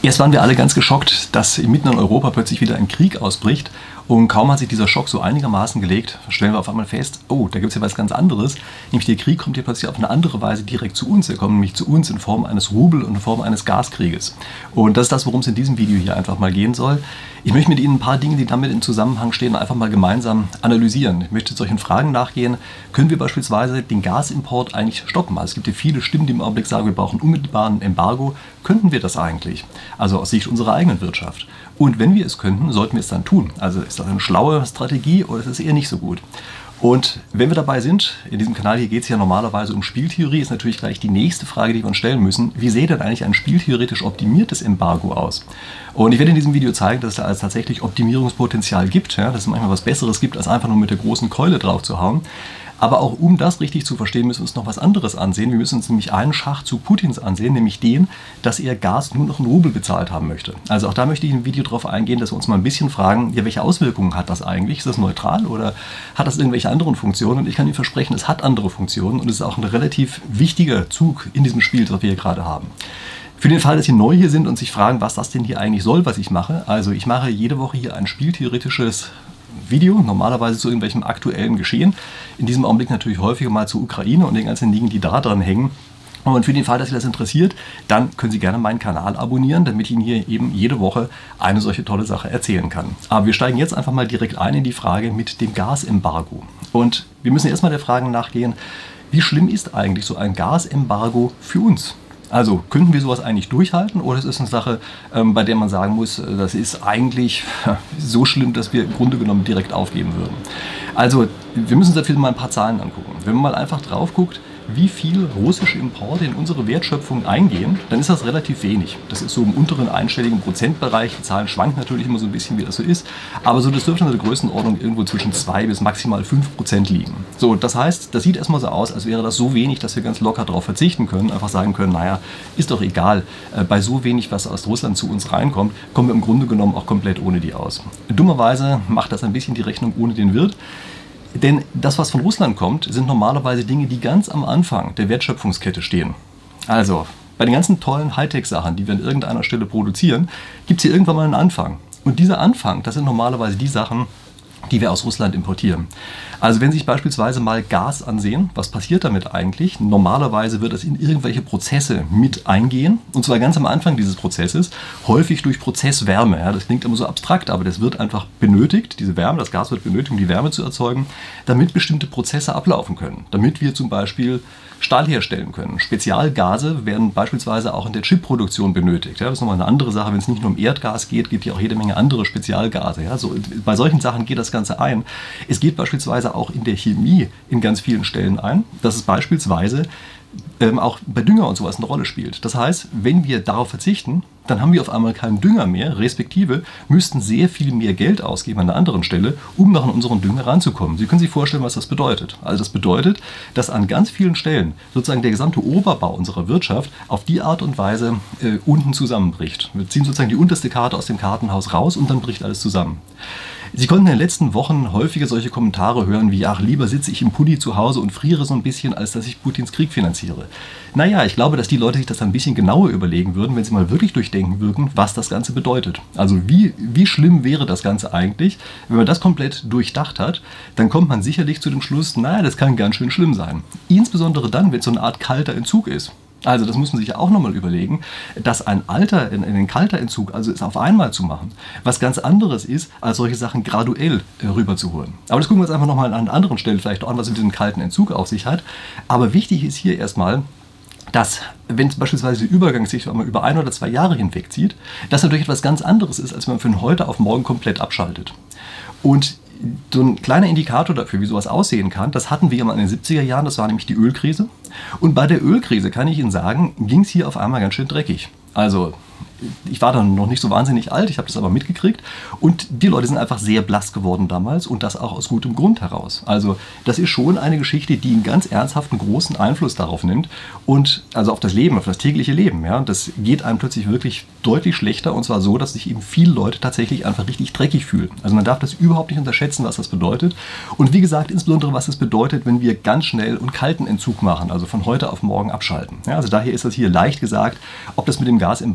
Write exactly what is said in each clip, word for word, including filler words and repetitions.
Erst waren wir alle ganz geschockt, dass mitten in Europa plötzlich wieder ein Krieg ausbricht. Und kaum hat sich dieser Schock so einigermaßen gelegt, stellen wir auf einmal fest, oh, da gibt es ja was ganz anderes. Nämlich der Krieg kommt hier plötzlich auf eine andere Weise direkt zu uns. Er kommt nämlich zu uns in Form eines Rubel und in Form eines Gaskrieges. Und das ist das, worum es in diesem Video hier einfach mal gehen soll. Ich möchte mit Ihnen ein paar Dinge, die damit im Zusammenhang stehen, einfach mal gemeinsam analysieren. Ich möchte solchen Fragen nachgehen. Können wir beispielsweise den Gasimport eigentlich stoppen? Also es gibt ja viele Stimmen, die im Augenblick sagen, wir brauchen unmittelbaren Embargo. Könnten wir das eigentlich? Also aus Sicht unserer eigenen Wirtschaft. Und wenn wir es könnten, sollten wir es dann tun. Also ist das eine schlaue Strategie oder ist es eher nicht so gut? Und wenn wir dabei sind, in diesem Kanal hier geht es ja normalerweise um Spieltheorie, ist natürlich gleich die nächste Frage, die wir uns stellen müssen. Wie sähe denn eigentlich ein spieltheoretisch optimiertes Embargo aus? Und ich werde in diesem Video zeigen, dass es da also tatsächlich Optimierungspotenzial gibt, ja, dass es manchmal was Besseres gibt, als einfach nur mit der großen Keule drauf zu hauen. Aber auch um das richtig zu verstehen, müssen wir uns noch was anderes ansehen. Wir müssen uns nämlich einen Schachzug Putins ansehen, nämlich den, dass er Gas nur noch in Rubel bezahlt haben möchte. Also auch da möchte ich im Video darauf eingehen, dass wir uns mal ein bisschen fragen, ja, welche Auswirkungen hat das eigentlich? Ist das neutral oder hat das irgendwelche anderen Funktionen? Und ich kann Ihnen versprechen, es hat andere Funktionen und es ist auch ein relativ wichtiger Zug in diesem Spiel, das wir hier gerade haben. Für den Fall, dass Sie neu hier sind und sich fragen, was das denn hier eigentlich soll, was ich mache. Also ich mache jede Woche hier ein spieltheoretisches Video, normalerweise zu irgendwelchem aktuellen Geschehen. In diesem Augenblick natürlich häufiger mal zur Ukraine und den ganzen Dingen, die da dran hängen. Und für den Fall, dass Sie das interessiert, dann können Sie gerne meinen Kanal abonnieren, damit ich Ihnen hier eben jede Woche eine solche tolle Sache erzählen kann. Aber wir steigen jetzt einfach mal direkt ein in die Frage mit dem Gasembargo. Und wir müssen erstmal der Frage nachgehen, wie schlimm ist eigentlich so ein Gasembargo für uns? Also könnten wir sowas eigentlich durchhalten oder ist es eine Sache, ähm, bei der man sagen muss, das ist eigentlich so schlimm, dass wir im Grunde genommen direkt aufgeben würden? Also wir müssen uns dafür mal ein paar Zahlen angucken. Wenn man mal einfach drauf guckt, wie viel russische Importe in unsere Wertschöpfung eingehen, dann ist das relativ wenig. Das ist so im unteren einstelligen Prozentbereich. Die Zahlen schwanken natürlich immer so ein bisschen, wie das so ist. Aber so, das dürfte in der Größenordnung irgendwo zwischen zwei bis maximal fünf Prozent liegen. So, das heißt, das sieht erstmal so aus, als wäre das so wenig, dass wir ganz locker darauf verzichten können. Einfach sagen können, naja, ist doch egal. Bei so wenig, was aus Russland zu uns reinkommt, kommen wir im Grunde genommen auch komplett ohne die aus. Dummerweise macht das ein bisschen die Rechnung ohne den Wirt. Denn das, was von Russland kommt, sind normalerweise Dinge, die ganz am Anfang der Wertschöpfungskette stehen. Also, bei den ganzen tollen Hightech-Sachen, die wir an irgendeiner Stelle produzieren, gibt es hier irgendwann mal einen Anfang. Und dieser Anfang, das sind normalerweise die Sachen, die wir aus Russland importieren. Also wenn Sie sich beispielsweise mal Gas ansehen, was passiert damit eigentlich? Normalerweise wird es in irgendwelche Prozesse mit eingehen, und zwar ganz am Anfang dieses Prozesses, häufig durch Prozesswärme. Ja, das klingt immer so abstrakt, aber das wird einfach benötigt, diese Wärme, das Gas wird benötigt, um die Wärme zu erzeugen, damit bestimmte Prozesse ablaufen können. Damit wir zum Beispiel Stahl herstellen können. Spezialgase werden beispielsweise auch in der Chipproduktion benötigt. Ja, das ist nochmal eine andere Sache, wenn es nicht nur um Erdgas geht, gibt es ja auch jede Menge andere Spezialgase. Ja, so, bei solchen Sachen geht das Ganze ein. Es geht beispielsweise auch in der Chemie in ganz vielen Stellen ein, dass es beispielsweise ähm, auch bei Dünger und sowas eine Rolle spielt. Das heißt, wenn wir darauf verzichten, dann haben wir auf einmal keinen Dünger mehr, respektive müssten sehr viel mehr Geld ausgeben an einer anderen Stelle, um noch an unseren Dünger ranzukommen. Sie können sich vorstellen, was das bedeutet. Also das bedeutet, dass an ganz vielen Stellen sozusagen der gesamte Oberbau unserer Wirtschaft auf die Art und Weise äh, unten zusammenbricht. Wir ziehen sozusagen die unterste Karte aus dem Kartenhaus raus und dann bricht alles zusammen. Sie konnten in den letzten Wochen häufiger solche Kommentare hören wie, ach, lieber sitze ich im Pulli zu Hause und friere so ein bisschen, als dass ich Putins Krieg finanziere. Naja, ich glaube, dass die Leute sich das ein bisschen genauer überlegen würden, wenn sie mal wirklich durchdenken würden, was das Ganze bedeutet. Also wie, wie schlimm wäre das Ganze eigentlich? Wenn man das komplett durchdacht hat, dann kommt man sicherlich zu dem Schluss, naja, das kann ganz schön schlimm sein. Insbesondere dann, wenn es so eine Art kalter Entzug ist. Also das muss man sich ja auch nochmal überlegen, dass ein alter, ein kalter Entzug, also es auf einmal zu machen, was ganz anderes ist, als solche Sachen graduell äh, rüberzuholen. Aber das gucken wir uns einfach nochmal an einer anderen Stelle vielleicht auch an, was mit diesem kalten Entzug auf sich hat. Aber wichtig ist hier erstmal, dass, wenn es beispielsweise der Übergang sich einmal über ein oder zwei Jahre hinweg zieht, das natürlich etwas ganz anderes ist, als wenn man von heute auf morgen komplett abschaltet. Und so ein kleiner Indikator dafür, wie sowas aussehen kann, das hatten wir immer in den siebziger Jahren, das war nämlich die Ölkrise. Und bei der Ölkrise, kann ich Ihnen sagen, ging es hier auf einmal ganz schön dreckig. Also ich war dann noch nicht so wahnsinnig alt, ich habe das aber mitgekriegt und die Leute sind einfach sehr blass geworden damals und das auch aus gutem Grund heraus. Also das ist schon eine Geschichte, die einen ganz ernsthaften großen Einfluss darauf nimmt und also auf das Leben, auf das tägliche Leben. Ja. Das geht einem plötzlich wirklich deutlich schlechter und zwar so, dass sich eben viele Leute tatsächlich einfach richtig dreckig fühlen. Also man darf das überhaupt nicht unterschätzen, was das bedeutet und wie gesagt, insbesondere was es bedeutet, wenn wir ganz schnell und kalten Entzug machen, also von heute auf morgen abschalten. Ja, also daher ist das hier leicht gesagt, ob das mit dem Gasembargo jetzt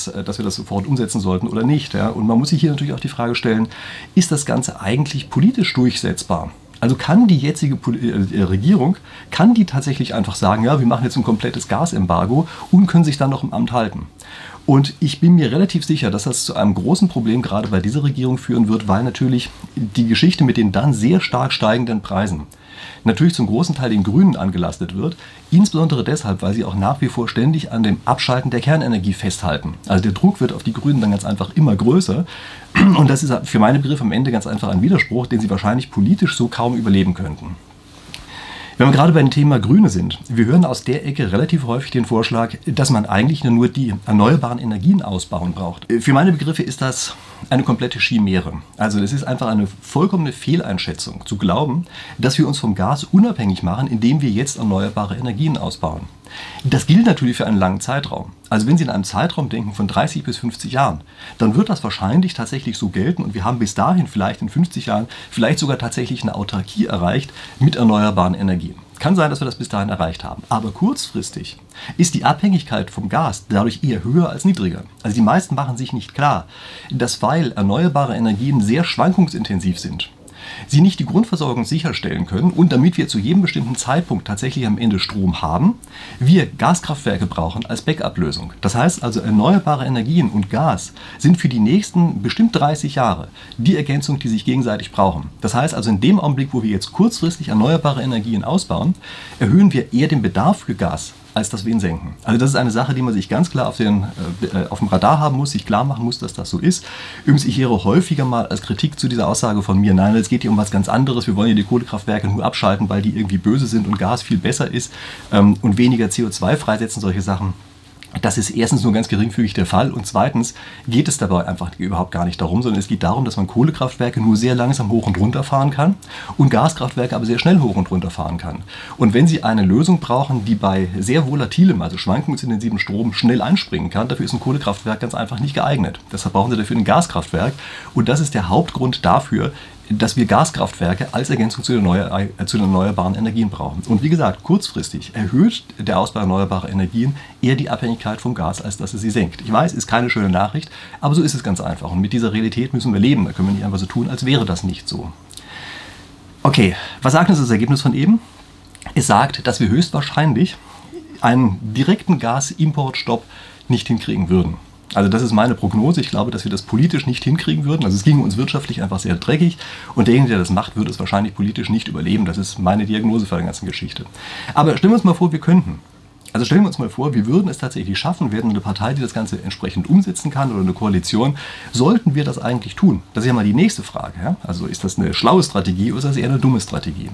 dass, dass wir das sofort umsetzen sollten oder nicht. Ja? Und man muss sich hier natürlich auch die Frage stellen, ist das Ganze eigentlich politisch durchsetzbar? Also kann die jetzige Regierung, kann die tatsächlich einfach sagen, ja, wir machen jetzt ein komplettes Gasembargo und können sich dann noch im Amt halten? Und ich bin mir relativ sicher, dass das zu einem großen Problem gerade bei dieser Regierung führen wird, weil natürlich die Geschichte mit den dann sehr stark steigenden Preisen natürlich zum großen Teil den Grünen angelastet wird, insbesondere deshalb, weil sie auch nach wie vor ständig an dem Abschalten der Kernenergie festhalten. Also der Druck wird auf die Grünen dann ganz einfach immer größer und das ist für meine Begriffe am Ende ganz einfach ein Widerspruch, den sie wahrscheinlich politisch so kaum überleben könnten. Wenn wir gerade beim Thema Grüne sind, wir hören aus der Ecke relativ häufig den Vorschlag, dass man eigentlich nur die erneuerbaren Energien ausbauen braucht. Für meine Begriffe ist das eine komplette Chimäre. Also es ist einfach eine vollkommene Fehleinschätzung zu glauben, dass wir uns vom Gas unabhängig machen, indem wir jetzt erneuerbare Energien ausbauen. Das gilt natürlich für einen langen Zeitraum. Also wenn Sie in einem Zeitraum denken von dreißig bis fünfzig Jahren, dann wird das wahrscheinlich tatsächlich so gelten und wir haben bis dahin vielleicht in fünfzig Jahren vielleicht sogar tatsächlich eine Autarkie erreicht mit erneuerbaren Energien. Kann sein, dass wir das bis dahin erreicht haben. Aber kurzfristig ist die Abhängigkeit vom Gas dadurch eher höher als niedriger. Also die meisten machen sich nicht klar, dass weil erneuerbare Energien sehr schwankungsintensiv sind, sie nicht die Grundversorgung sicherstellen können und damit wir zu jedem bestimmten Zeitpunkt tatsächlich am Ende Strom haben, wir Gaskraftwerke brauchen als Backup-Lösung. Das heißt also, erneuerbare Energien und Gas sind für die nächsten bestimmt dreißig Jahre die Ergänzung, die sich gegenseitig brauchen. Das heißt also, in dem Augenblick, wo wir jetzt kurzfristig erneuerbare Energien ausbauen, erhöhen wir eher den Bedarf für Gas, als dass wir ihn senken. Also das ist eine Sache, die man sich ganz klar auf, den, äh, auf dem Radar haben muss, sich klar machen muss, dass das so ist. Übrigens, ich höre häufiger mal als Kritik zu dieser Aussage von mir, nein, es geht hier um was ganz anderes, wir wollen hier die Kohlekraftwerke nur abschalten, weil die irgendwie böse sind und Gas viel besser ist ähm, und weniger C O zwei freisetzen, solche Sachen. Das ist erstens nur ganz geringfügig der Fall und zweitens geht es dabei einfach überhaupt gar nicht darum, sondern es geht darum, dass man Kohlekraftwerke nur sehr langsam hoch und runter fahren kann und Gaskraftwerke aber sehr schnell hoch und runter fahren kann. Und wenn Sie eine Lösung brauchen, die bei sehr volatilem, also schwankungsintensiven Strom schnell einspringen kann, dafür ist ein Kohlekraftwerk ganz einfach nicht geeignet. Deshalb brauchen Sie dafür ein Gaskraftwerk und das ist der Hauptgrund dafür, dass wir Gaskraftwerke als Ergänzung zu den, erneuer, äh, zu den erneuerbaren Energien brauchen. Und wie gesagt, kurzfristig erhöht der Ausbau erneuerbarer Energien eher die Abhängigkeit vom Gas, als dass es sie senkt. Ich weiß, ist keine schöne Nachricht, aber so ist es ganz einfach. Und mit dieser Realität müssen wir leben. Da können wir nicht einfach so tun, als wäre das nicht so. Okay, was sagt uns das Ergebnis von eben? Es sagt, dass wir höchstwahrscheinlich einen direkten Gasimportstopp nicht hinkriegen würden. Also das ist meine Prognose. Ich glaube, dass wir das politisch nicht hinkriegen würden. Also es ging uns wirtschaftlich einfach sehr dreckig und derjenige, der das macht, würde es wahrscheinlich politisch nicht überleben. Das ist meine Diagnose für die ganze Geschichte. Aber stellen wir uns mal vor, wir könnten. Also stellen wir uns mal vor, wir würden es tatsächlich schaffen, wir hätten eine Partei, die das Ganze entsprechend umsetzen kann oder eine Koalition. Sollten wir das eigentlich tun? Das ist ja mal die nächste Frage. Ja? Also ist das eine schlaue Strategie oder ist das eher eine dumme Strategie?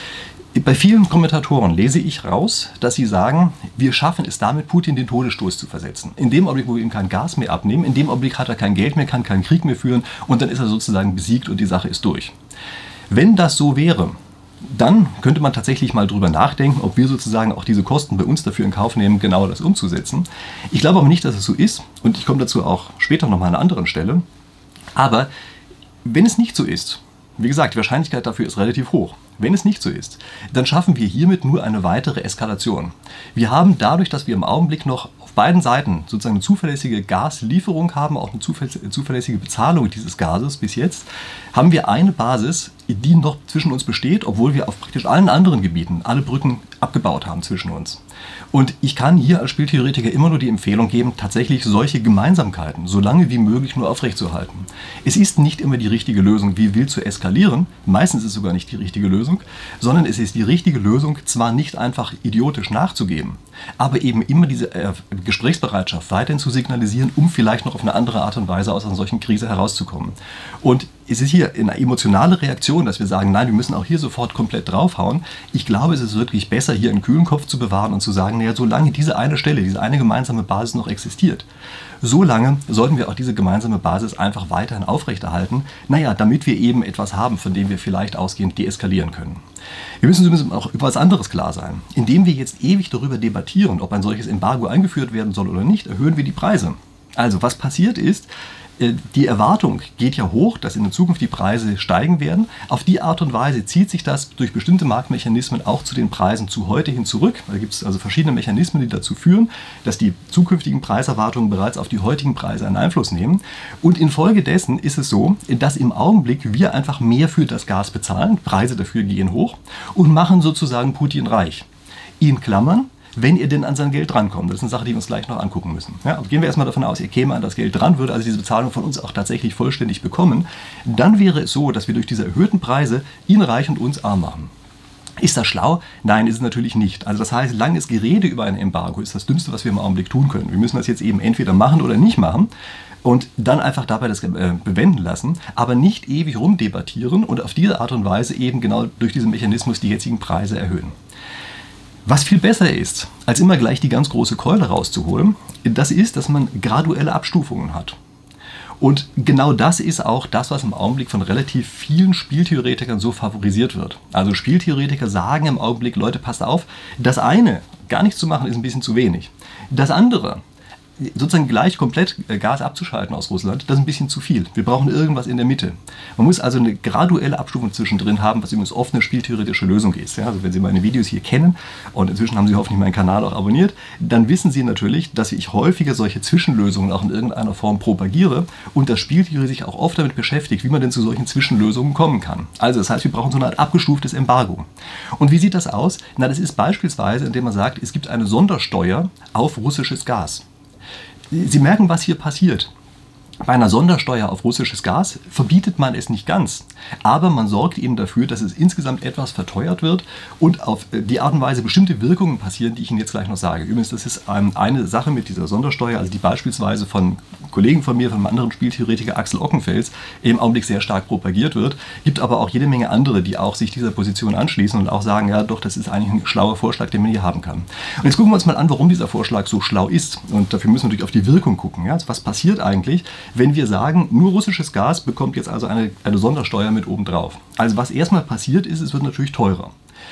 Bei vielen Kommentatoren lese ich raus, dass sie sagen, wir schaffen es damit, Putin den Todesstoß zu versetzen. In dem Augenblick, wo wir ihm kein Gas mehr abnehmen, in dem Augenblick hat er kein Geld mehr, kann keinen Krieg mehr führen und dann ist er sozusagen besiegt und die Sache ist durch. Wenn das so wäre, dann könnte man tatsächlich mal drüber nachdenken, ob wir sozusagen auch diese Kosten bei uns dafür in Kauf nehmen, genau das umzusetzen. Ich glaube aber nicht, dass es so ist und ich komme dazu auch später nochmal an einer anderen Stelle. Aber wenn es nicht so ist, wie gesagt, die Wahrscheinlichkeit dafür ist relativ hoch. Wenn es nicht so ist, dann schaffen wir hiermit nur eine weitere Eskalation. Wir haben dadurch, dass wir im Augenblick noch auf beiden Seiten sozusagen eine zuverlässige Gaslieferung haben, auch eine zuverlässige Bezahlung dieses Gases bis jetzt, haben wir eine Basis, die noch zwischen uns besteht, obwohl wir auf praktisch allen anderen Gebieten alle Brücken abgebaut haben zwischen uns. Und ich kann hier als Spieltheoretiker immer nur die Empfehlung geben, tatsächlich solche Gemeinsamkeiten so lange wie möglich nur aufrechtzuerhalten. Es ist nicht immer die richtige Lösung, wie wild zu eskalieren, meistens ist es sogar nicht die richtige Lösung, sondern es ist die richtige Lösung, zwar nicht einfach idiotisch nachzugeben, aber eben immer diese äh, Gesprächsbereitschaft weiterhin zu signalisieren, um vielleicht noch auf eine andere Art und Weise aus einer solchen Krise herauszukommen. Und es ist hier eine emotionale Reaktion, dass wir sagen, nein, wir müssen auch hier sofort komplett draufhauen. Ich glaube, es ist wirklich besser, hier einen kühlen Kopf zu bewahren und zu sagen, naja, solange diese eine Stelle, diese eine gemeinsame Basis noch existiert, solange sollten wir auch diese gemeinsame Basis einfach weiterhin aufrechterhalten, naja, damit wir eben etwas haben, von dem wir vielleicht ausgehend deeskalieren können. Wir müssen zumindest auch über was anderes klar sein. Indem wir jetzt ewig darüber debattieren, ob ein solches Embargo eingeführt werden soll oder nicht, erhöhen wir die Preise. Also was passiert ist, Die Erwartung geht ja hoch, dass in der Zukunft die Preise steigen werden. Auf die Art und Weise zieht sich das durch bestimmte Marktmechanismen auch zu den Preisen zu heute hin zurück. Da gibt es also verschiedene Mechanismen, die dazu führen, dass die zukünftigen Preiserwartungen bereits auf die heutigen Preise einen Einfluss nehmen. Und infolgedessen ist es so, dass im Augenblick wir einfach mehr für das Gas bezahlen, Preise dafür gehen hoch und machen sozusagen Putin reich. In Klammern, wenn ihr denn an sein Geld drankommt. Das ist eine Sache, die wir uns gleich noch angucken müssen. Ja, gehen wir erstmal davon aus, ihr käme an das Geld dran, würde also diese Bezahlung von uns auch tatsächlich vollständig bekommen. Dann wäre es so, dass wir durch diese erhöhten Preise ihn reich und uns arm machen. Ist das schlau? Nein, ist es natürlich nicht. Also das heißt, langes Gerede über ein Embargo ist das Dümmste, was wir im Augenblick tun können. Wir müssen das jetzt eben entweder machen oder nicht machen und dann einfach dabei das äh, bewenden lassen, aber nicht ewig rumdebattieren und auf diese Art und Weise eben genau durch diesen Mechanismus die jetzigen Preise erhöhen. Was viel besser ist, als immer gleich die ganz große Keule rauszuholen, das ist, dass man graduelle Abstufungen hat. Und genau das ist auch das, was im Augenblick von relativ vielen Spieltheoretikern so favorisiert wird. Also Spieltheoretiker sagen im Augenblick, Leute, passt auf, das eine, gar nichts zu machen, ist ein bisschen zu wenig. Das andere, sozusagen gleich komplett Gas abzuschalten aus Russland, das ist ein bisschen zu viel. Wir brauchen irgendwas in der Mitte. Man muss also eine graduelle Abstufung zwischendrin haben, was übrigens oft eine spieltheoretische Lösung ist. Ja, also wenn Sie meine Videos hier kennen und inzwischen haben Sie hoffentlich meinen Kanal auch abonniert, dann wissen Sie natürlich, dass ich häufiger solche Zwischenlösungen auch in irgendeiner Form propagiere und das Spieltheorie sich auch oft damit beschäftigt, wie man denn zu solchen Zwischenlösungen kommen kann. Also das heißt, wir brauchen so eine Art abgestuftes Embargo. Und wie sieht das aus? Na, das ist beispielsweise, indem man sagt, es gibt eine Sondersteuer auf russisches Gas. Sie merken, was hier passiert. Bei einer Sondersteuer auf russisches Gas verbietet man es nicht ganz, aber man sorgt eben dafür, dass es insgesamt etwas verteuert wird und auf die Art und Weise bestimmte Wirkungen passieren, die ich Ihnen jetzt gleich noch sage. Übrigens, das ist eine Sache mit dieser Sondersteuer, also die beispielsweise von Kollegen von mir, von einem anderen Spieltheoretiker Axel Ockenfels, im Augenblick sehr stark propagiert wird. Gibt aber auch jede Menge andere, die auch sich dieser Position anschließen und auch sagen, ja doch, das ist eigentlich ein schlauer Vorschlag, den man hier haben kann. Und jetzt gucken wir uns mal an, warum dieser Vorschlag so schlau ist. Und dafür müssen wir natürlich auf die Wirkung gucken. Ja? Also was passiert eigentlich, wenn wir sagen, nur russisches Gas bekommt jetzt also eine, eine Sondersteuer mit obendrauf. Also was erstmal passiert ist, es wird natürlich teurer.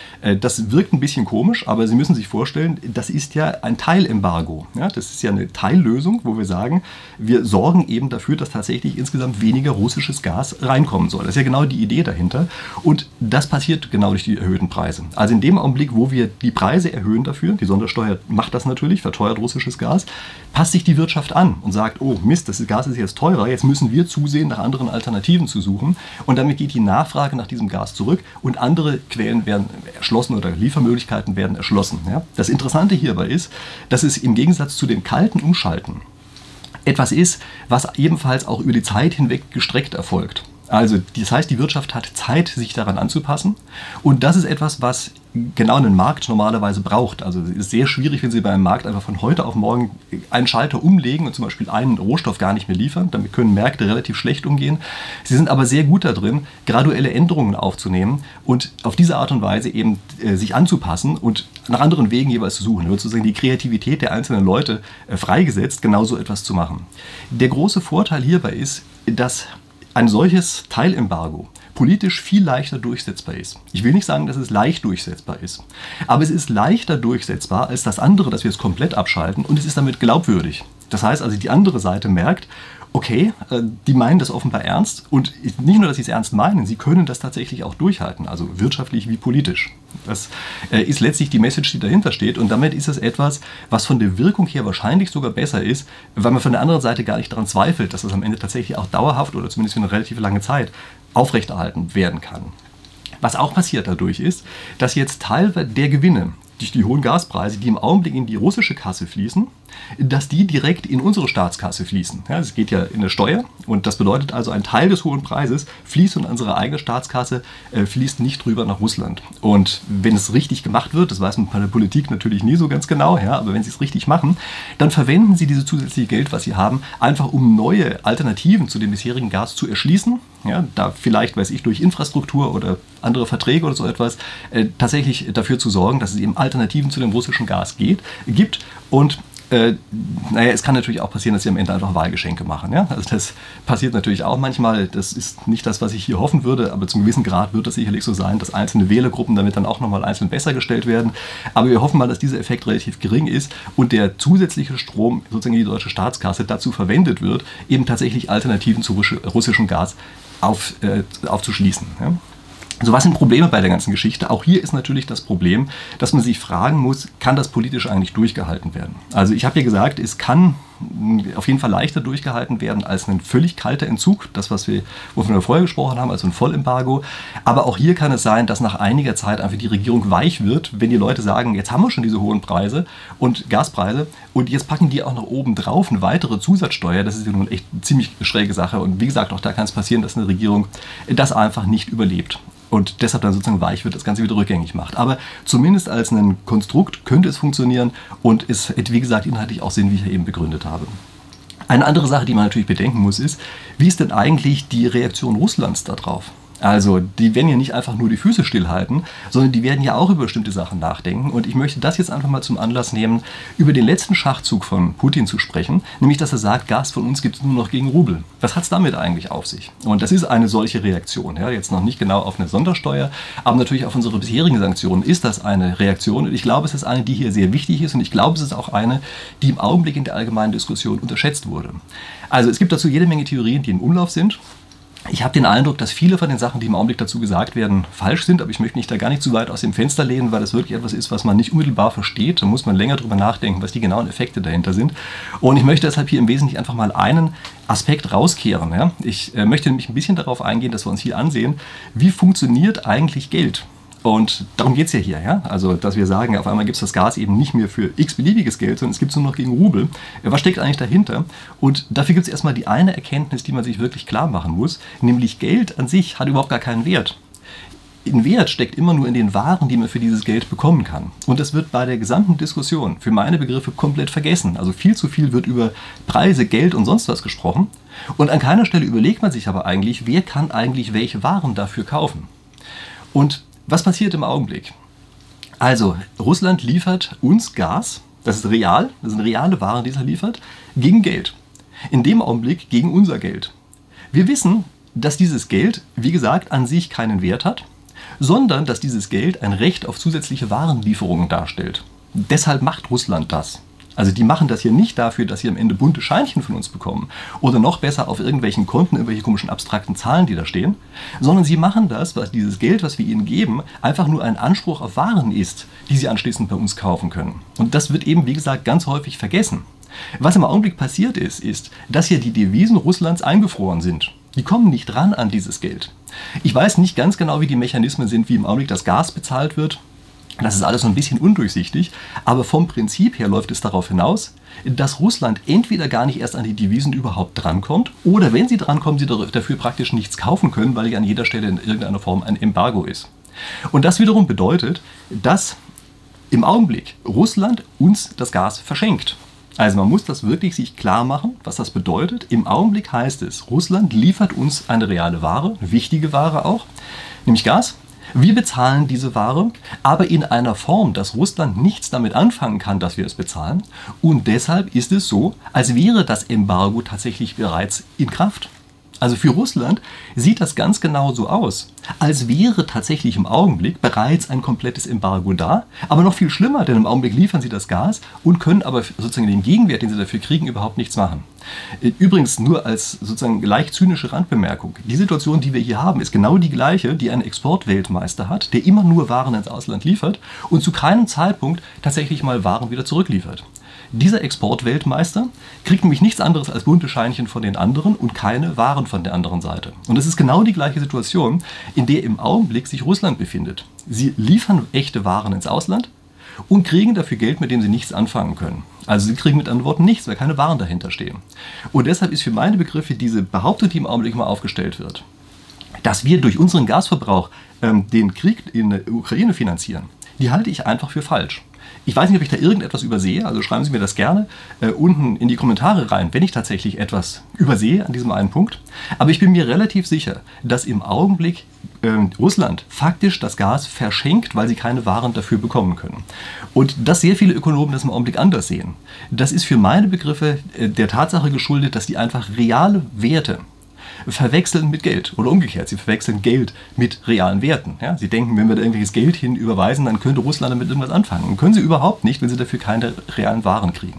Das wirkt ein bisschen komisch, aber Sie müssen sich vorstellen, das ist ja ein Teilembargo. Ja, das ist ja eine Teillösung, wo wir sagen, wir sorgen eben dafür, dass tatsächlich insgesamt weniger russisches Gas reinkommen soll. Das ist ja genau die Idee dahinter. Und das passiert genau durch die erhöhten Preise. Also in dem Augenblick, wo wir die Preise erhöhen dafür, die Sondersteuer macht das natürlich, verteuert russisches Gas, passt sich die Wirtschaft an und sagt, oh Mist, das Gas ist jetzt teurer, jetzt müssen wir zusehen, nach anderen Alternativen zu suchen. Und damit geht die Nachfrage nach diesem Gas zurück und andere Quellen werden erschlossen oder Liefermöglichkeiten werden erschlossen. Ja? Das Interessante hierbei ist, dass es im Gegensatz zu dem kalten Umschalten etwas ist, was ebenfalls auch über die Zeit hinweg gestreckt erfolgt. Also das heißt, die Wirtschaft hat Zeit, sich daran anzupassen und das ist etwas, was genau einen Markt normalerweise braucht. Also es ist sehr schwierig, wenn Sie bei einem Markt einfach von heute auf morgen einen Schalter umlegen und zum Beispiel einen Rohstoff gar nicht mehr liefern. Damit können Märkte relativ schlecht umgehen. Sie sind aber sehr gut darin, graduelle Änderungen aufzunehmen und auf diese Art und Weise eben äh, sich anzupassen und nach anderen Wegen jeweils zu suchen. Da wird sozusagen die Kreativität der einzelnen Leute äh, freigesetzt, genau so etwas zu machen. Der große Vorteil hierbei ist, dass ein solches Teilembargo politisch viel leichter durchsetzbar ist. Ich will nicht sagen, dass es leicht durchsetzbar ist, aber es ist leichter durchsetzbar als das andere, dass wir es komplett abschalten und es ist damit glaubwürdig. Das heißt also, die andere Seite merkt, okay, die meinen das offenbar ernst und nicht nur, dass sie es ernst meinen, sie können das tatsächlich auch durchhalten, also wirtschaftlich wie politisch. Das ist letztlich die Message, die dahinter steht und damit ist es etwas, was von der Wirkung her wahrscheinlich sogar besser ist, weil man von der anderen Seite gar nicht daran zweifelt, dass es am Ende tatsächlich auch dauerhaft oder zumindest für eine relativ lange Zeit aufrechterhalten werden kann. Was auch passiert dadurch ist, dass jetzt Teil der Gewinne durch die hohen Gaspreise, die im Augenblick in die russische Kasse fließen, dass die direkt in unsere Staatskasse fließen. Ja, es geht ja in eine Steuer und das bedeutet also, ein Teil des hohen Preises fließt in unsere eigene Staatskasse, äh, fließt nicht rüber nach Russland. Und wenn es richtig gemacht wird, das weiß man bei der Politik natürlich nie so ganz genau, ja, aber wenn sie es richtig machen, dann verwenden sie dieses zusätzliche Geld, was sie haben, einfach um neue Alternativen zu dem bisherigen Gas zu erschließen. Ja, da vielleicht, weiß ich, durch Infrastruktur oder andere Verträge oder so etwas, äh, tatsächlich dafür zu sorgen, dass es eben Alternativen zu dem russischen Gas geht, gibt und Äh, naja, es kann natürlich auch passieren, dass sie am Ende einfach Wahlgeschenke machen. Ja? Also das passiert natürlich auch manchmal. Das ist nicht das, was ich hier hoffen würde, aber zum gewissen Grad wird es sicherlich so sein, dass einzelne Wählergruppen damit dann auch nochmal einzeln besser gestellt werden. Aber wir hoffen mal, dass dieser Effekt relativ gering ist und der zusätzliche Strom sozusagen in die deutsche Staatskasse dazu verwendet wird, eben tatsächlich Alternativen zu russischem Gas auf, äh, aufzuschließen. Ja? So, was sind Probleme bei der ganzen Geschichte? Auch hier ist natürlich das Problem, dass man sich fragen muss, kann das politisch eigentlich durchgehalten werden? Also ich habe ja gesagt, es kann auf jeden Fall leichter durchgehalten werden als ein völlig kalter Entzug, das, was wir, wovon wir vorher gesprochen haben, also ein Vollembargo. Aber auch hier kann es sein, dass nach einiger Zeit einfach die Regierung weich wird, wenn die Leute sagen, jetzt haben wir schon diese hohen Preise und Gaspreise und jetzt packen die auch noch oben drauf eine weitere Zusatzsteuer. Das ist ja nun echt eine ziemlich schräge Sache. Und wie gesagt, auch da kann es passieren, dass eine Regierung das einfach nicht überlebt. Und deshalb dann sozusagen weich wird, das Ganze wieder rückgängig macht. Aber zumindest als ein Konstrukt könnte es funktionieren und ist, wie gesagt, inhaltlich auch Sinn, wie ich ja eben begründet habe. Eine andere Sache, die man natürlich bedenken muss, ist, wie ist denn eigentlich die Reaktion Russlands darauf? Also, die werden ja nicht einfach nur die Füße stillhalten, sondern die werden ja auch über bestimmte Sachen nachdenken. Und ich möchte das jetzt einfach mal zum Anlass nehmen, über den letzten Schachzug von Putin zu sprechen, nämlich, dass er sagt, Gas von uns gibt es nur noch gegen Rubel. Was hat es damit eigentlich auf sich? Und das ist eine solche Reaktion. Ja, jetzt noch nicht genau auf eine Sondersteuer, aber natürlich auf unsere bisherigen Sanktionen ist das eine Reaktion. Und ich glaube, es ist eine, die hier sehr wichtig ist. Und ich glaube, es ist auch eine, die im Augenblick in der allgemeinen Diskussion unterschätzt wurde. Also, es gibt dazu jede Menge Theorien, die im Umlauf sind. Ich habe den Eindruck, dass viele von den Sachen, die im Augenblick dazu gesagt werden, falsch sind, aber ich möchte mich da gar nicht zu weit aus dem Fenster lehnen, weil das wirklich etwas ist, was man nicht unmittelbar versteht. Da muss man länger drüber nachdenken, was die genauen Effekte dahinter sind. Und ich möchte deshalb hier im Wesentlichen einfach mal einen Aspekt rauskehren. Ja? Ich äh, möchte nämlich ein bisschen darauf eingehen, dass wir uns hier ansehen, wie funktioniert eigentlich Geld? Und darum geht es ja hier, ja? Also, dass wir sagen, auf einmal gibt es das Gas eben nicht mehr für x-beliebiges Geld, sondern es gibt es nur noch gegen Rubel. Was steckt eigentlich dahinter? Und dafür gibt es erstmal die eine Erkenntnis, die man sich wirklich klar machen muss, nämlich Geld an sich hat überhaupt gar keinen Wert. Ein Wert steckt immer nur in den Waren, die man für dieses Geld bekommen kann. Und das wird bei der gesamten Diskussion für meine Begriffe komplett vergessen. Also viel zu viel wird über Preise, Geld und sonst was gesprochen. Und an keiner Stelle überlegt man sich aber eigentlich, wer kann eigentlich welche Waren dafür kaufen. Und was passiert im Augenblick? Also, Russland liefert uns Gas, das ist real, das sind reale Waren, die es liefert, gegen Geld. In dem Augenblick gegen unser Geld. Wir wissen, dass dieses Geld, wie gesagt, an sich keinen Wert hat, sondern dass dieses Geld ein Recht auf zusätzliche Warenlieferungen darstellt. Deshalb macht Russland das. Also die machen das hier nicht dafür, dass sie am Ende bunte Scheinchen von uns bekommen oder noch besser auf irgendwelchen Konten irgendwelche komischen abstrakten Zahlen, die da stehen, sondern sie machen das, weil dieses Geld, was wir ihnen geben, einfach nur ein Anspruch auf Waren ist, die sie anschließend bei uns kaufen können. Und das wird eben, wie gesagt, ganz häufig vergessen. Was im Augenblick passiert ist, ist, dass hier die Devisen Russlands eingefroren sind. Die kommen nicht ran an dieses Geld. Ich weiß nicht ganz genau, wie die Mechanismen sind, wie im Augenblick das Gas bezahlt wird. Das ist alles so ein bisschen undurchsichtig, aber vom Prinzip her läuft es darauf hinaus, dass Russland entweder gar nicht erst an die Devisen überhaupt drankommt oder wenn sie drankommen, sie dafür praktisch nichts kaufen können, weil ja an jeder Stelle in irgendeiner Form ein Embargo ist. Und das wiederum bedeutet, dass im Augenblick Russland uns das Gas verschenkt. Also man muss das wirklich sich klar machen, was das bedeutet. Im Augenblick heißt es, Russland liefert uns eine reale Ware, eine wichtige Ware auch, nämlich Gas. Wir bezahlen diese Ware, aber in einer Form, dass Russland nichts damit anfangen kann, dass wir es bezahlen. Und deshalb ist es so, als wäre das Embargo tatsächlich bereits in Kraft. Also für Russland sieht das ganz genau so aus, als wäre tatsächlich im Augenblick bereits ein komplettes Embargo da. Aber noch viel schlimmer, denn im Augenblick liefern sie das Gas und können aber sozusagen den Gegenwert, den sie dafür kriegen, überhaupt nichts machen. Übrigens nur als sozusagen leicht zynische Randbemerkung. Die Situation, die wir hier haben, ist genau die gleiche, die ein Exportweltmeister hat, der immer nur Waren ins Ausland liefert und zu keinem Zeitpunkt tatsächlich mal Waren wieder zurückliefert. Dieser Exportweltmeister kriegt nämlich nichts anderes als bunte Scheinchen von den anderen und keine Waren von der anderen Seite. Und das ist genau die gleiche Situation, in der im Augenblick sich Russland befindet. Sie liefern echte Waren ins Ausland und kriegen dafür Geld, mit dem sie nichts anfangen können. Also sie kriegen mit anderen Worten nichts, weil keine Waren dahinter stehen. Und deshalb ist für meine Begriffe diese Behauptung, die im Augenblick mal aufgestellt wird, dass wir durch unseren Gasverbrauch ähm, den Krieg in der Ukraine finanzieren, die halte ich einfach für falsch. Ich weiß nicht, ob ich da irgendetwas übersehe, also schreiben Sie mir das gerne äh, unten in die Kommentare rein, wenn ich tatsächlich etwas übersehe an diesem einen Punkt. Aber ich bin mir relativ sicher, dass im Augenblick ähm, Russland faktisch das Gas verschenkt, weil sie keine Waren dafür bekommen können. Und dass sehr viele Ökonomen das im Augenblick anders sehen, das ist für meine Begriffe äh, der Tatsache geschuldet, dass die einfach reale Werte verwechseln mit Geld oder umgekehrt. Sie verwechseln Geld mit realen Werten. Ja, sie denken, wenn wir da irgendwelches Geld hin überweisen, dann könnte Russland damit irgendwas anfangen. Und können sie überhaupt nicht, wenn sie dafür keine realen Waren kriegen.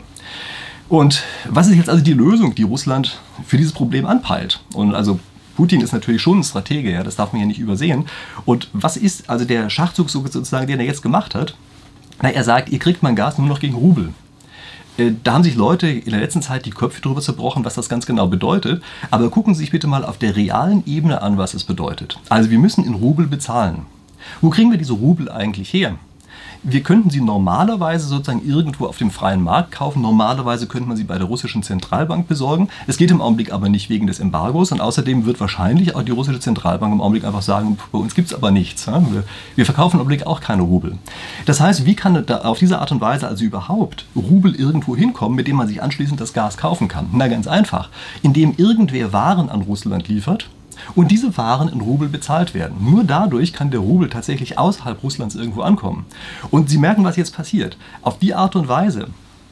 Und was ist jetzt also die Lösung, die Russland für dieses Problem anpeilt? Und also Putin ist natürlich schon ein Stratege, ja, das darf man ja nicht übersehen. Und was ist also der Schachzug sozusagen, den er jetzt gemacht hat? Na, er sagt, ihr kriegt mein Gas nur noch gegen Rubel. Da haben sich Leute in der letzten Zeit die Köpfe drüber zerbrochen, was das ganz genau bedeutet. Aber gucken Sie sich bitte mal auf der realen Ebene an, was es bedeutet. Also wir müssen in Rubel bezahlen. Wo kriegen wir diese Rubel eigentlich her? Wir könnten sie normalerweise sozusagen irgendwo auf dem freien Markt kaufen. Normalerweise könnte man sie bei der russischen Zentralbank besorgen. Es geht im Augenblick aber nicht wegen des Embargos. Und außerdem wird wahrscheinlich auch die russische Zentralbank im Augenblick einfach sagen, bei uns gibt es aber nichts. Wir, wir verkaufen im Augenblick auch keine Rubel. Das heißt, wie kann da auf diese Art und Weise also überhaupt Rubel irgendwo hinkommen, mit dem man sich anschließend das Gas kaufen kann? Na, ganz einfach. Indem irgendwer Waren an Russland liefert und diese Waren in Rubel bezahlt werden. Nur dadurch kann der Rubel tatsächlich außerhalb Russlands irgendwo ankommen. Und Sie merken, was jetzt passiert. Auf die Art und Weise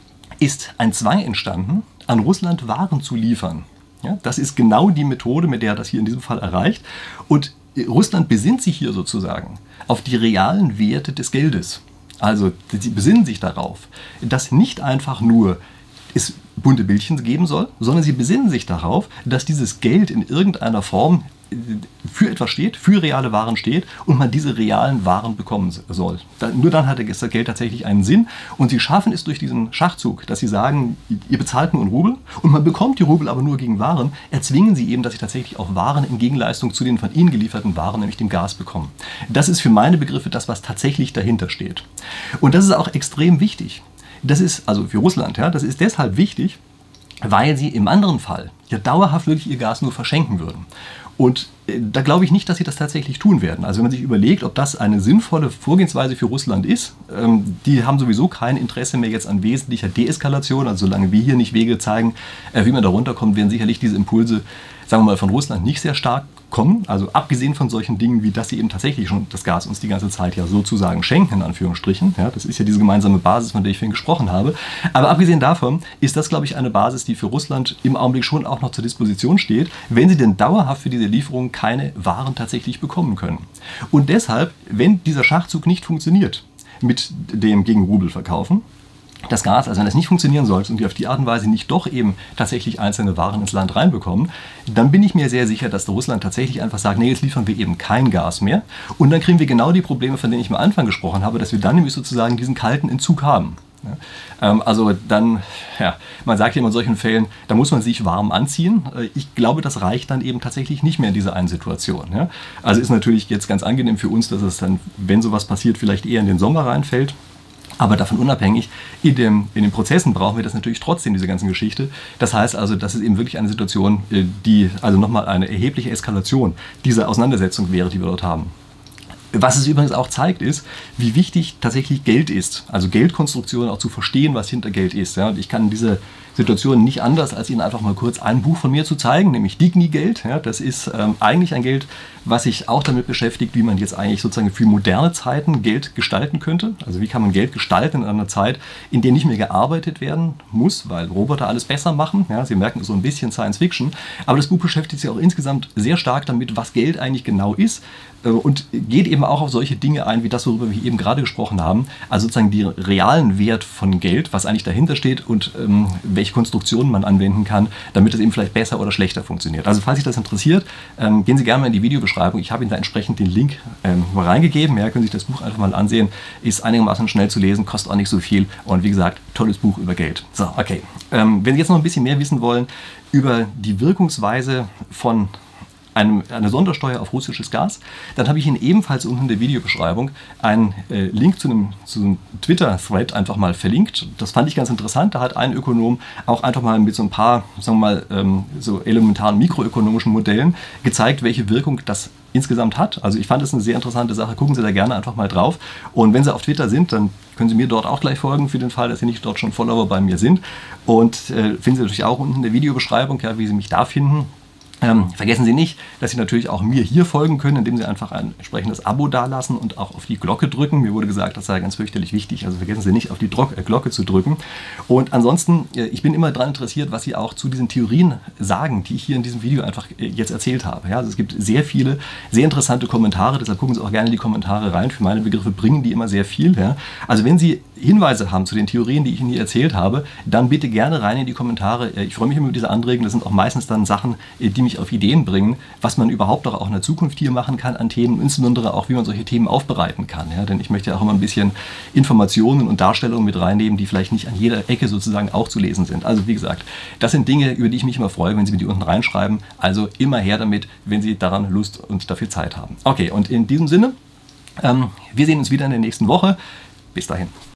ist ein Zwang entstanden, an Russland Waren zu liefern. Ja, das ist genau die Methode, mit der er das hier in diesem Fall erreicht. Und Russland besinnt sich hier sozusagen auf die realen Werte des Geldes. Also sie besinnen sich darauf, dass nicht einfach nur es bunte Bildchen geben soll, sondern sie besinnen sich darauf, dass dieses Geld in irgendeiner Form für etwas steht, für reale Waren steht und man diese realen Waren bekommen soll. Nur dann hat das Geld tatsächlich einen Sinn und sie schaffen es durch diesen Schachzug, dass sie sagen, ihr bezahlt nur in Rubel und man bekommt die Rubel aber nur gegen Waren, erzwingen sie eben, dass sie tatsächlich auch Waren in Gegenleistung zu den von ihnen gelieferten Waren, nämlich dem Gas, bekommen. Das ist für meine Begriffe das, was tatsächlich dahinter steht. Und das ist auch extrem wichtig. Das ist, also für Russland, ja, das ist deshalb wichtig, weil sie im anderen Fall ja dauerhaft wirklich ihr Gas nur verschenken würden. Und äh, da glaube ich nicht, dass sie das tatsächlich tun werden. Also wenn man sich überlegt, ob das eine sinnvolle Vorgehensweise für Russland ist, ähm, die haben sowieso kein Interesse mehr jetzt an wesentlicher Deeskalation. Also solange wir hier nicht Wege zeigen, äh, wie man da runterkommt, werden sicherlich diese Impulse, sagen wir mal, von Russland nicht sehr stark kommen. Also abgesehen von solchen Dingen, wie dass sie eben tatsächlich schon das Gas uns die ganze Zeit ja sozusagen schenken, in Anführungsstrichen. Ja, das ist ja diese gemeinsame Basis, von der ich vorhin gesprochen habe. Aber abgesehen davon ist das, glaube ich, eine Basis, die für Russland im Augenblick schon auch noch zur Disposition steht, wenn sie denn dauerhaft für diese Lieferungen keine Waren tatsächlich bekommen können. Und deshalb, wenn dieser Schachzug nicht funktioniert mit dem gegen Rubel verkaufen, das Gas, also wenn das nicht funktionieren sollte und die auf die Art und Weise nicht doch eben tatsächlich einzelne Waren ins Land reinbekommen, dann bin ich mir sehr sicher, dass Russland tatsächlich einfach sagt, nee, jetzt liefern wir eben kein Gas mehr. Und dann kriegen wir genau die Probleme, von denen ich am Anfang gesprochen habe, dass wir dann nämlich sozusagen diesen kalten Entzug haben. Ja, ähm, also dann, ja, man sagt ja immer in solchen Fällen, da muss man sich warm anziehen. Ich glaube, das reicht dann eben tatsächlich nicht mehr in dieser einen Situation. Ja? Also ist natürlich jetzt ganz angenehm für uns, dass es dann, wenn sowas passiert, vielleicht eher in den Sommer reinfällt. Aber davon unabhängig, in, dem, in den Prozessen brauchen wir das natürlich trotzdem, diese ganze Geschichte. Das heißt also, das ist eben wirklich eine Situation, die also nochmal eine erhebliche Eskalation dieser Auseinandersetzung wäre, die wir dort haben. Was es übrigens auch zeigt, ist, wie wichtig tatsächlich Geld ist. Also Geldkonstruktion auch zu verstehen, was hinter Geld ist. Ja, und ich kann diese Situation nicht anders, als Ihnen einfach mal kurz ein Buch von mir zu zeigen, nämlich Digni-Geld. Ja, das ist ähm, eigentlich ein Geld, was sich auch damit beschäftigt, wie man jetzt eigentlich sozusagen für moderne Zeiten Geld gestalten könnte. Also wie kann man Geld gestalten in einer Zeit, in der nicht mehr gearbeitet werden muss, weil Roboter alles besser machen. Ja, Sie merken, so ein bisschen Science Fiction. Aber das Buch beschäftigt sich auch insgesamt sehr stark damit, was Geld eigentlich genau ist. Und geht eben auch auf solche Dinge ein, wie das, worüber wir eben gerade gesprochen haben. Also sozusagen den realen Wert von Geld, was eigentlich dahinter steht und ähm, welche Konstruktionen man anwenden kann, damit es eben vielleicht besser oder schlechter funktioniert. Also falls sich das interessiert, ähm, gehen Sie gerne mal in die Videobeschreibung. Ich habe Ihnen da entsprechend den Link ähm, mal reingegeben. Ja, können Sie sich das Buch einfach mal ansehen. Ist einigermaßen schnell zu lesen, kostet auch nicht so viel. Und wie gesagt, tolles Buch über Geld. So, okay. Ähm, wenn Sie jetzt noch ein bisschen mehr wissen wollen über die Wirkungsweise von Eine, eine Sondersteuer auf russisches Gas, dann habe ich Ihnen ebenfalls unten in der Videobeschreibung einen äh, Link zu einem, zu einem Twitter-Thread einfach mal verlinkt. Das fand ich ganz interessant. Da hat ein Ökonom auch einfach mal mit so ein paar, sagen wir mal, ähm, so elementaren mikroökonomischen Modellen gezeigt, welche Wirkung das insgesamt hat. Also ich fand das eine sehr interessante Sache. Gucken Sie da gerne einfach mal drauf. Und wenn Sie auf Twitter sind, dann können Sie mir dort auch gleich folgen, für den Fall, dass Sie nicht dort schon Follower bei mir sind. Und äh, finden Sie natürlich auch unten in der Videobeschreibung, ja, wie Sie mich da finden. Ähm, vergessen Sie nicht, dass Sie natürlich auch mir hier folgen können, indem Sie einfach ein entsprechendes Abo dalassen und auch auf die Glocke drücken. Mir wurde gesagt, das sei ganz fürchterlich wichtig, also vergessen Sie nicht, auf die Dro- äh, Glocke zu drücken. Und ansonsten, äh, ich bin immer daran interessiert, was Sie auch zu diesen Theorien sagen, die ich hier in diesem Video einfach äh, jetzt erzählt habe. Ja, also es gibt sehr viele, sehr interessante Kommentare, deshalb gucken Sie auch gerne in die Kommentare rein. Für meine Begriffe bringen die immer sehr viel. Ja. Also wenn Sie Hinweise haben zu den Theorien, die ich Ihnen hier erzählt habe, dann bitte gerne rein in die Kommentare. Ich freue mich immer über diese Anträge. Das sind auch meistens dann Sachen, die mich auf Ideen bringen, was man überhaupt auch in der Zukunft hier machen kann an Themen, insbesondere auch, wie man solche Themen aufbereiten kann. Ja, denn ich möchte ja auch immer ein bisschen Informationen und Darstellungen mit reinnehmen, die vielleicht nicht an jeder Ecke sozusagen auch zu lesen sind. Also wie gesagt, das sind Dinge, über die ich mich immer freue, wenn Sie mir die unten reinschreiben. Also immer her damit, wenn Sie daran Lust und dafür Zeit haben. Okay, und in diesem Sinne, ähm, wir sehen uns wieder in der nächsten Woche. Bis dahin.